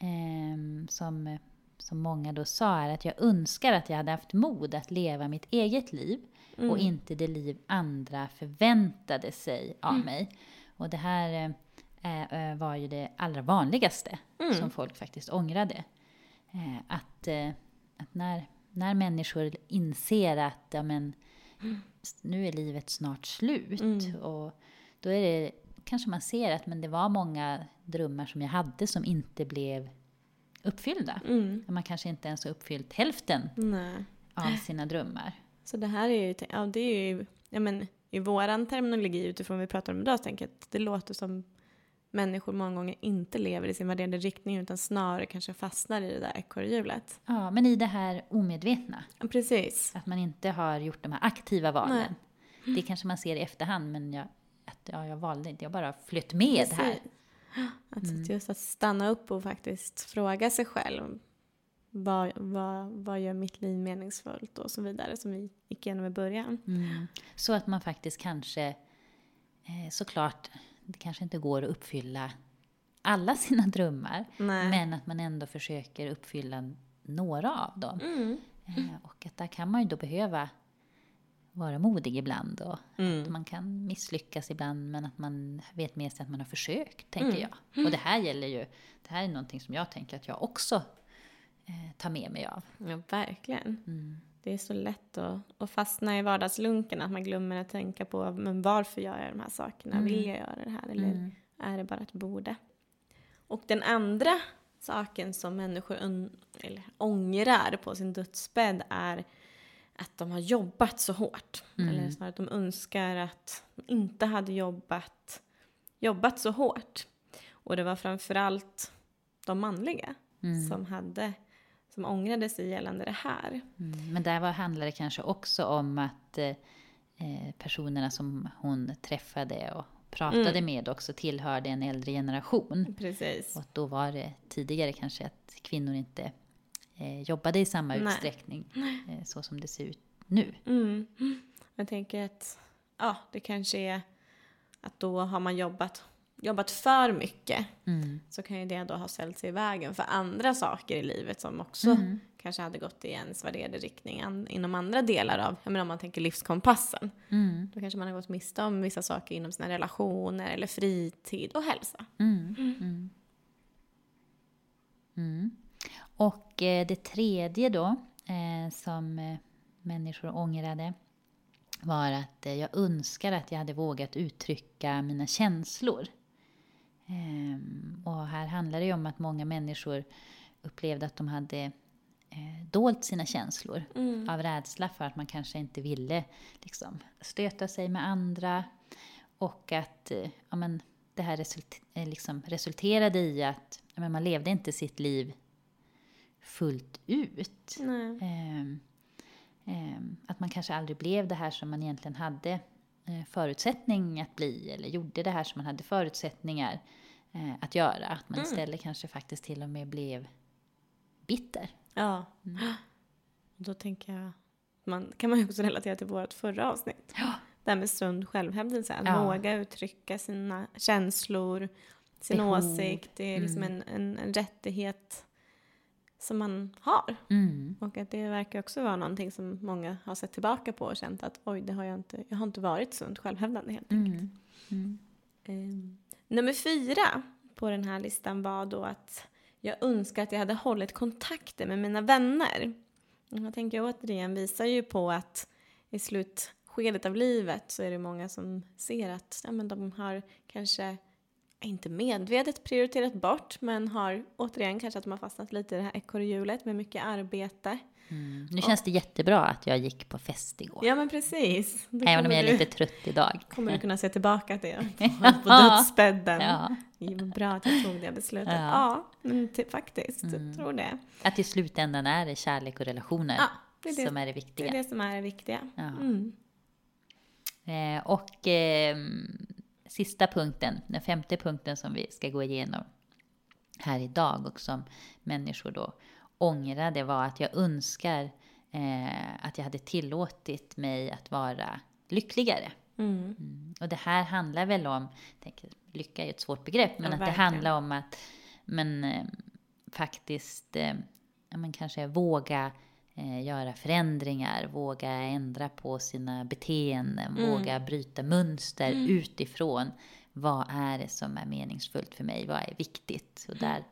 S6: eh, som, som många då sa är att jag önskar att jag hade haft mod att leva mitt eget liv
S7: Mm.
S6: och inte det liv andra förväntade sig av
S7: Mm.
S6: mig. Och det här eh, eh, var ju det allra vanligaste
S7: Mm.
S6: som folk faktiskt ångrade. Eh, att eh, att när, när människor inser att ja, men, nu är livet snart slut
S7: Mm.
S6: och då är det kanske man ser att men det var många drömmar som jag hade som inte blev uppfyllda.
S7: Mm.
S6: Man kanske inte ens har uppfyllt hälften
S7: Nej.
S6: av sina drömmar.
S7: Så det här är ju, ja, det är ju ja, men, i våran terminologi utifrån vad vi pratar om idag så tänker jag att det låter som människor många gånger inte lever i sin värderade riktning utan snarare kanske fastnar i det där ekorrhjulet.
S6: Ja, men i det här omedvetna.
S7: Ja, precis.
S6: Att man inte har gjort de här aktiva valen. Det kanske man ser i efterhand, men jag, att, ja, jag valde inte. Jag bara flöt med
S7: Precis.
S6: här.
S7: Alltså
S6: Mm.
S7: just att stanna upp och faktiskt fråga sig själv vad, vad, vad gör mitt liv meningsfullt och så vidare som vi gick igenom i början.
S6: Mm. Så att man faktiskt kanske, eh, såklart, det kanske inte går att uppfylla alla sina drömmar.
S7: Nej.
S6: Men att man ändå försöker uppfylla några av dem.
S7: Mm.
S6: Eh, och att där kan man ju då behöva vara modig ibland. Och
S7: Mm.
S6: att man kan misslyckas ibland, men att man vet med sig att man har försökt, tänker
S7: Mm.
S6: jag. Och det här gäller ju, det här är någonting som jag tänker att jag också eh, tar med mig av.
S7: Ja, verkligen.
S6: Mm.
S7: Det är så lätt att, att fastna i vardagslunken att man glömmer att tänka på men varför gör jag de här sakerna?
S6: Mm.
S7: Vill jag göra det här eller
S6: Mm.
S7: är det bara ett borde? Och den andra saken som människor un- eller ångrar på sin dödsbädd är att de har jobbat så hårt.
S6: Mm.
S7: Eller snarare att de önskar att de inte hade jobbat, jobbat så hårt. Och det var framförallt de manliga
S6: Mm.
S7: som hade som ångrade sig gällande det här.
S6: Mm. Men där var, handlar det kanske också om att eh, eh, personerna som hon träffade och pratade
S7: Mm.
S6: med också tillhörde en äldre generation.
S7: Precis.
S6: Och då var det tidigare kanske att kvinnor inte eh, jobbade i samma
S7: Nej.
S6: utsträckning eh, så som det ser ut nu.
S7: Mm. Jag tänker att ja, det kanske är att då har man jobbat, jobbat för mycket.
S6: Mm.
S7: Så kan ju det då ha ställt sig i vägen för andra saker i livet som också
S6: Mm.
S7: kanske hade gått i ens värderade riktning an, inom andra delar av, jag menar om man tänker livskompassen.
S6: Mm.
S7: Då kanske man har gått miste om vissa saker inom sina relationer eller fritid och hälsa.
S6: Mm. Mm. Mm. Och eh, det tredje då eh, som eh, människor ångrade var att eh, jag önskar att jag hade vågat uttrycka mina känslor. Ehm, och här handlar det ju om att många människor upplevde att de hade eh, dolt sina känslor
S7: Mm.
S6: av rädsla för att man kanske inte ville liksom, stöta sig med andra. Och att eh, ja, men, det här result- eh, liksom, resulterade i att ja, men man levde inte sitt liv fullt ut.
S7: Nej.
S6: Eh, eh, att man kanske aldrig blev det här som man egentligen hade eh, förutsättning att bli. Eller gjorde det här som man hade förutsättningar eh, att göra. Att man mm. istället kanske faktiskt till och med blev bitter.
S7: Ja. Mm. Då tänker jag, man, kan man ju också relatera till vårt förra avsnitt.
S6: Ja.
S7: Det här med sund självhävdelse. Att
S6: Ja.
S7: våga uttrycka sina känslor, sin
S6: Behov.
S7: åsikt. Det är liksom
S6: Mm.
S7: en, en, en rättighet som man har.
S6: Mm.
S7: Och att det verkar också vara någonting som många har sett tillbaka på och känt att oj, det har jag inte, jag har inte varit sunt självhävdande helt enkelt.
S6: Mm. Mm.
S7: Um, nummer fyra på den här listan var då att jag önskar att jag hade hållit kontakter med mina vänner. Jag tänker återigen, visar ju på att i slutskedet av livet så är det många som ser att ja, men de har kanske inte medvetet prioriterat bort, men har återigen kanske att de har fastnat lite i det här ekorrhjulet med mycket arbete.
S6: Mm. Nu känns det jättebra att jag gick på fest igår.
S7: Ja, men precis. Då
S6: Även om jag är
S7: du,
S6: lite trött idag.
S7: kommer du kunna se tillbaka till det på dödsbädden.
S6: Ja.
S7: Det var bra att jag tog det beslutet.
S6: Ja.
S7: Ja, men t- faktiskt.
S6: Mm.
S7: Jag tror det.
S6: Att i slutändan är det kärlek och relationer
S7: Ja, det är det,
S6: som är det
S7: det
S6: viktiga.
S7: är det som är det viktiga.
S6: Ja.
S7: Mm.
S6: Eh, och eh, sista punkten, den femte punkten som vi ska gå igenom här idag och som människor då ångrade var att jag önskar eh, att jag hade tillåtit mig att vara lyckligare.
S7: Mm.
S6: Mm. Och det här handlar väl om, jag tänker, lycka är ett svårt begrepp, men
S7: Ja,
S6: att det
S7: verkligen.
S6: handlar om att men, eh, faktiskt eh, ja, men kanske våga eh, göra förändringar, våga ändra på sina beteenden,
S7: Mm.
S6: våga bryta mönster
S7: Mm.
S6: utifrån. Vad är det som är meningsfullt för mig? Vad är viktigt? Och där,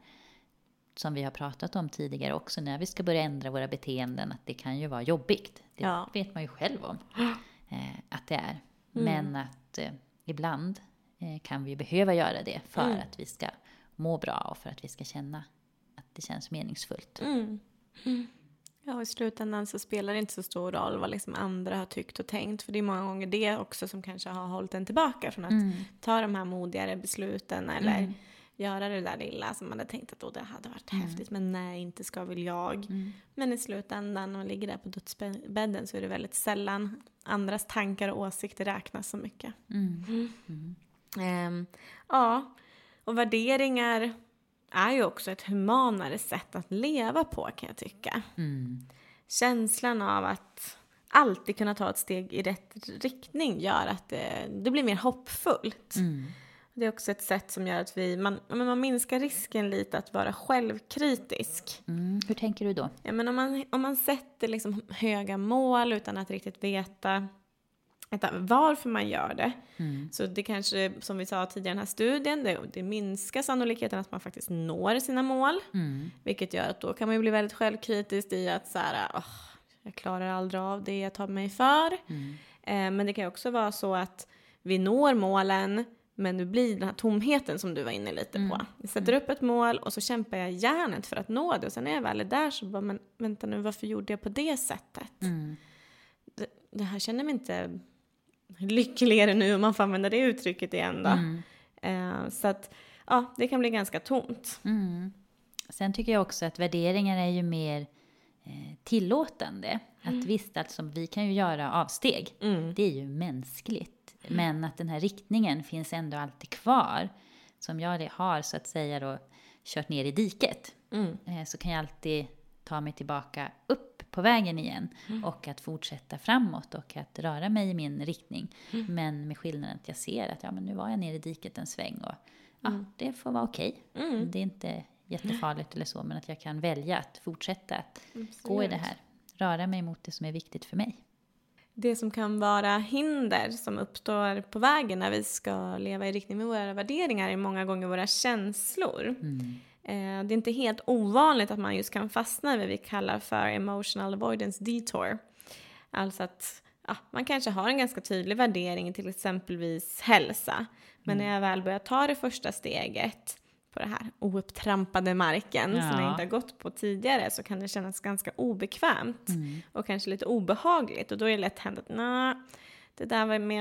S6: som vi har pratat om tidigare också, när vi ska börja ändra våra beteenden, att det kan ju vara jobbigt. Det
S7: Ja.
S6: vet man ju själv om eh, att det är.
S7: Mm.
S6: Men att eh, ibland eh, kan vi behöva göra det för
S7: Mm.
S6: att vi ska må bra och för att vi ska känna att det känns meningsfullt.
S7: Mm. Mm. Ja, i slutändan så spelar det inte så stor roll vad liksom andra har tyckt och tänkt. För det är många gånger det också som kanske har hållit en tillbaka från att
S6: Mm.
S7: ta de här modigare besluten eller
S6: Mm.
S7: göra det där lilla som man hade tänkt att oh, det hade varit
S6: Mm.
S7: häftigt. Men nej, inte ska väl jag.
S6: Mm.
S7: Men i slutändan när man ligger där på dödsbädden så är det väldigt sällan andras tankar och åsikter räknas så mycket.
S6: Mm. Mm.
S7: Ehm, ja, och värderingar är ju också ett humanare sätt att leva på, kan jag tycka.
S6: Mm.
S7: Känslan av att alltid kunna ta ett steg i rätt riktning gör att det, det blir mer hoppfullt.
S6: Mm.
S7: Det är också ett sätt som gör att vi, man, men man minskar risken lite att vara självkritisk.
S6: Mm. Hur tänker du då?
S7: Ja, men om, man, om man sätter liksom höga mål utan att riktigt veta, veta varför man gör det.
S6: Mm.
S7: Så det kanske, som vi sa tidigare i den här studien, det, det minskar sannolikheten att man faktiskt når sina mål.
S6: Mm.
S7: Vilket gör att då kan man ju bli väldigt självkritisk i att så här, oh, jag klarar aldrig av det jag tar mig för.
S6: Mm.
S7: Eh, men det kan ju också vara så att vi når målen, men nu blir den här tomheten som du var inne lite
S6: Mm.
S7: på. Jag sätter upp ett mål och så kämpar jag hjärnet för att nå det. Och sen när jag väl är där så bara, men vänta nu, varför gjorde jag på det sättet?
S6: Mm.
S7: Det, det här känner mig inte lyckligare nu, om man får använda det uttrycket igen då.
S6: Mm.
S7: Eh, så att, ja, det kan bli ganska tomt.
S6: Mm. Sen tycker jag också att värderingar är ju mer eh, tillåtande. Att visst, alltså, vi kan ju göra avsteg.
S7: Mm.
S6: Det är ju mänskligt. Men att den här riktningen finns ändå alltid kvar. Som jag har så att säga då kört ner i diket.
S7: Mm.
S6: Eh, så kan jag alltid ta mig tillbaka upp på vägen igen.
S7: Mm.
S6: Och att fortsätta framåt och att röra mig i min riktning.
S7: Mm.
S6: Men med skillnaden att jag ser att ja, men nu var jag nere i diket en sväng. Och ja,
S7: Mm.
S6: det får vara okej.
S7: Mm.
S6: Det är inte jättefarligt eller så. Men att jag kan välja att fortsätta att gå i det här. Röra mig mot det som är viktigt för mig.
S7: Det som kan vara hinder som uppstår på vägen när vi ska leva i riktning med våra värderingar är många gånger våra känslor.
S6: Mm.
S7: Eh, det är inte helt ovanligt att man just kan fastna i vad vi kallar för emotional avoidance detour. Alltså att ja, man kanske har en ganska tydlig värdering till exempelvis hälsa. Men när jag väl börjar ta det första steget på det här oupptrampade marken
S6: Ja.
S7: som jag inte har gått på tidigare, så kan det kännas ganska obekvämt
S6: Mm.
S7: och kanske lite obehagligt. Och då är det lätt hänt att nej, det där var med att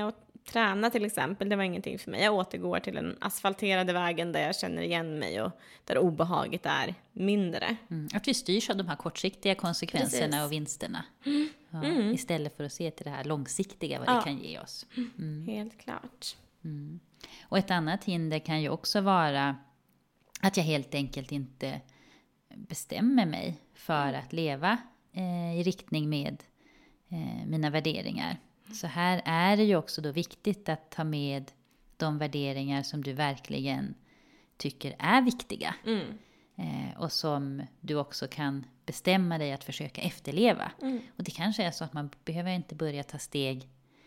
S7: träna till exempel, det var ingenting för mig. Jag återgår till den asfalterade vägen där jag känner igen mig och där obehaget är mindre.
S6: Mm. Att vi styrs av de här kortsiktiga konsekvenserna Precis. Och vinsterna. Mm. Ja, mm. Istället för att se till det här långsiktiga, vad ja. det kan ge oss.
S7: Mm. Helt klart.
S6: Mm. Och ett annat hinder kan ju också vara att jag helt enkelt inte bestämmer mig för mm. att leva eh, i riktning med eh, mina värderingar. Så här är det ju också då viktigt att ta med de värderingar som du verkligen tycker är viktiga. Mm. Eh, och som du också kan bestämma dig att försöka efterleva. Mm. Och det kanske är så att man behöver inte börja ta steg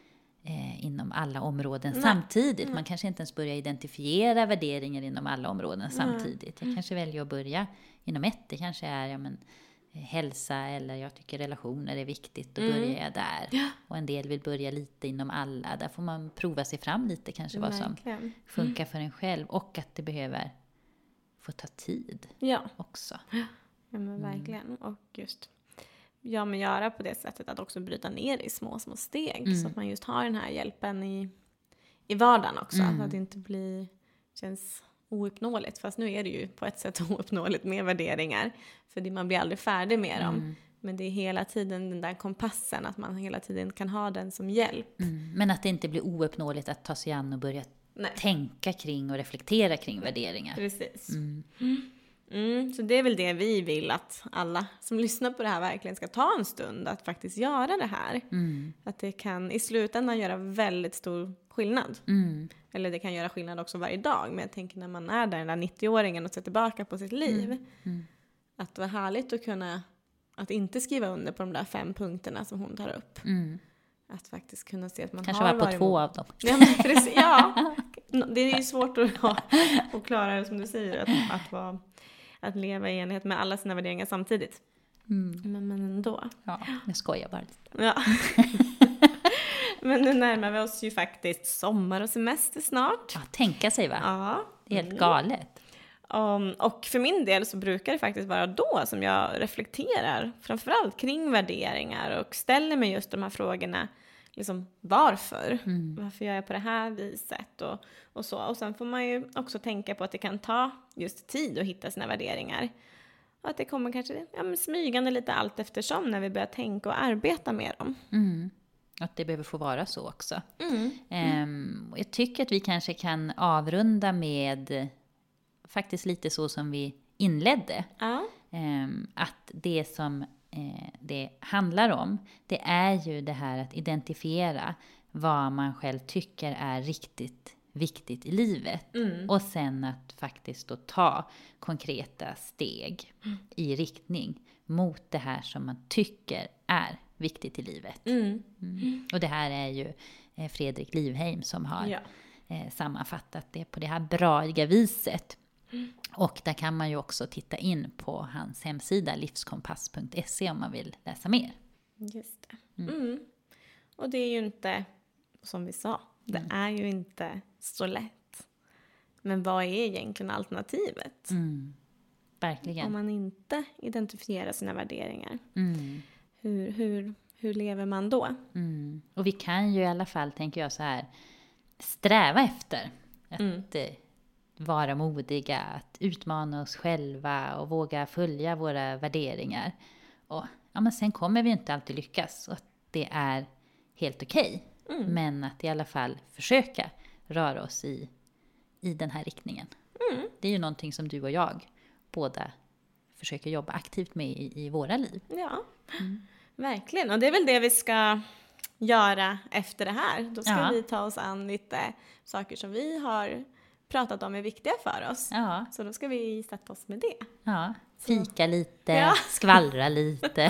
S6: eh, inom alla områden Nej. samtidigt. Mm. Man kanske inte ens börjar identifiera värderingar inom alla områden mm. samtidigt. Jag kanske väljer att börja inom ett. Det kanske är ja, men, hälsa eller jag tycker relationer är viktigt. Då mm. börjar jag där. Ja. Och en del vill börja lite inom alla. Där får man prova sig fram lite kanske vad som Verkligen. funkar för en själv. Och att det behöver få ta tid
S7: ja.
S6: också.
S7: Ja, men verkligen. Mm. Och just ja, men göra på det sättet att också bryta ner i små, små steg. Mm. Så att man just har den här hjälpen i, i vardagen också. Mm. Så att det inte blir, känns ouppnåeligt. Fast nu är det ju på ett sätt ouppnåeligt med värderingar. För det, man blir aldrig färdig med dem. Mm. Men det är hela tiden den där kompassen. Att man hela tiden kan ha den som hjälp.
S6: Mm. Men att det inte blir ouppnåeligt att ta sig an och börja Nej. tänka kring och reflektera kring värderingar.
S7: Precis. Mm. Mm, så det är väl det vi vill att alla som lyssnar på det här verkligen ska ta en stund att faktiskt göra det här. Mm. Att det kan i slutändan göra väldigt stor skillnad. Mm. Eller det kan göra skillnad också varje dag. Men jag tänker när man är där, den där nittio-åringen och ser tillbaka på sitt liv. Mm. Mm. Att det var härligt att kunna, att inte skriva under på de där fem punkterna som hon tar upp. Mm. Att faktiskt kunna se att man
S6: Kanske
S7: har
S6: var på två av dem.
S7: Ja, men precis, ja. Det är ju svårt att, ja, att klara det som du säger. Att, att, vara, att leva i enlighet med alla sina värderingar samtidigt. Mm. Men, men ändå.
S6: Ja, jag skojar bara lite.
S7: Ja. Men nu närmar vi oss ju faktiskt sommar och semester snart.
S6: Ja, tänka sig va?
S7: Ja.
S6: Det är helt mm. galet.
S7: Um, och för min del så brukar det faktiskt vara då som jag reflekterar framförallt kring värderingar och ställer mig just de här frågorna. Liksom varför? Mm. Varför gör jag på det här viset? Och, och så. Och sen får man ju också tänka på att det kan ta just tid att hitta sina värderingar. Och att det kommer kanske ja, men smygande lite allt eftersom när vi börjar tänka och arbeta med dem.
S6: Mm. Att det behöver få vara så också. Mm. Um, jag tycker att vi kanske kan avrunda med faktiskt lite så som vi inledde. Ja. Um, att det som eh, det handlar om, det är ju det här att identifiera vad man själv tycker är riktigt viktigt i livet. Mm. Och sen att faktiskt då ta konkreta steg mm. i riktning mot det här som man tycker är viktigt i livet. Mm. Mm. Och det här är ju Fredrik Livheim som har ja. eh, sammanfattat det på det här braiga viset. Mm. Och där kan man ju också titta in på hans hemsida livskompass punkt se om man vill läsa mer.
S7: Just det. Mm. Mm. Och det är ju inte, som vi sa, det mm. är ju inte så lätt. Men vad är egentligen alternativet?
S6: Mm. Verkligen.
S7: Om man inte identifierar sina värderingar.
S6: Mm.
S7: Hur, hur, hur lever man då?
S6: Mm. Och vi kan ju i alla fall, tänker jag så här, sträva efter att mm. vara modiga, att utmana oss själva och våga följa våra värderingar. Och ja, men sen kommer vi inte alltid lyckas och att det är helt okej. Okay. Mm. Men att i alla fall försöka röra oss i, i den här riktningen. Mm. Det är ju någonting som du och jag båda försöker jobba aktivt med i, i våra liv.
S7: Ja, mm. verkligen. Och det är väl det vi ska göra efter det här. Då ska ja. vi ta oss an lite saker som vi har pratat om är viktiga för oss. Ja. Så då ska vi sätta oss med det.
S6: Ja, fika lite, ja. skvallra lite.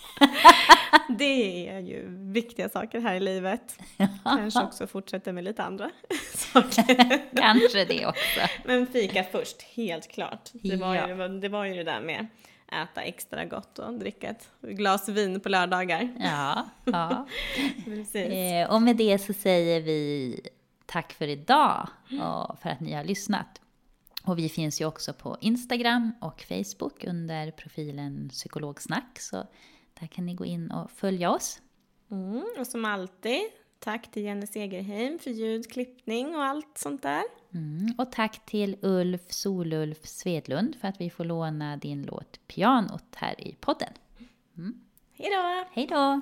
S7: Det är ju viktiga saker här i livet. Ja. Kanske också fortsätta med lite andra saker.
S6: Kanske det också.
S7: Men fika först, helt klart. Det var, ja. ju, det var ju det där med äta extra gott och dricka ett glas vin på lördagar.
S6: Ja, ja. Precis. Eh, och med det så säger vi tack för idag och för att ni har lyssnat. Och vi finns ju också på Instagram och Facebook under profilen Psykologsnack. Så där kan ni gå in och följa oss.
S7: Mm, och som alltid Tack till Jenny Segerheim för ljud, klippning och allt sånt där.
S6: Mm, och tack till Ulf Solulf Svedlund för att vi får låna din låt Pianot här i podden. Mm.
S7: Hej då!
S6: Hej då!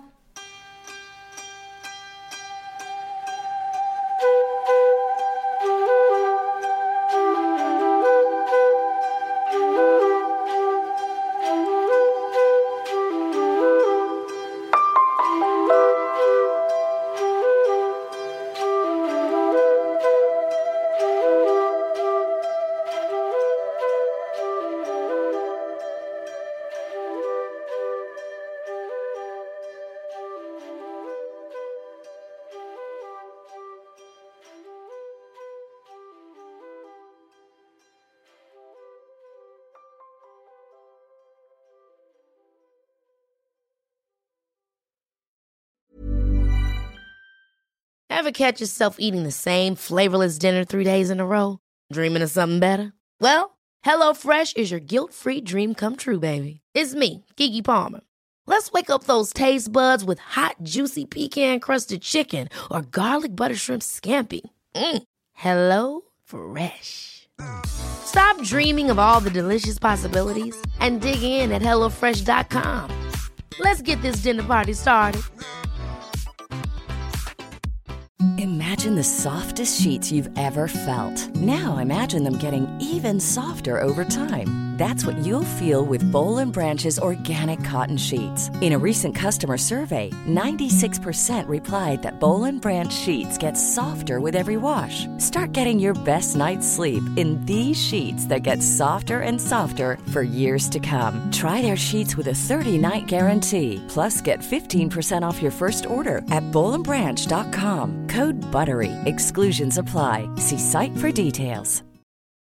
S3: Ever catch yourself eating the same flavorless dinner three days in a row? Dreaming of something better? Well, HelloFresh is your guilt-free dream come true, baby. It's me, Keke Palmer. Let's wake up those taste buds with hot, juicy pecan-crusted chicken or garlic butter shrimp scampi. Mm. Hello Fresh. Stop dreaming of all the delicious possibilities and dig in at hello fresh dot com. Let's get this dinner party started.
S8: Imagine the softest sheets you've ever felt. Now imagine them getting even softer over time. That's what you'll feel with Boll and Branch's organic cotton sheets. In a recent customer survey, ninety-six percent replied that Boll and Branch sheets get softer with every wash. Start getting your best night's sleep in these sheets that get softer and softer for years to come. Try their sheets with a thirty-night guarantee. Plus, get fifteen percent off your first order at boll and branch dot com. Code BUTTERY. Exclusions apply. See site for details.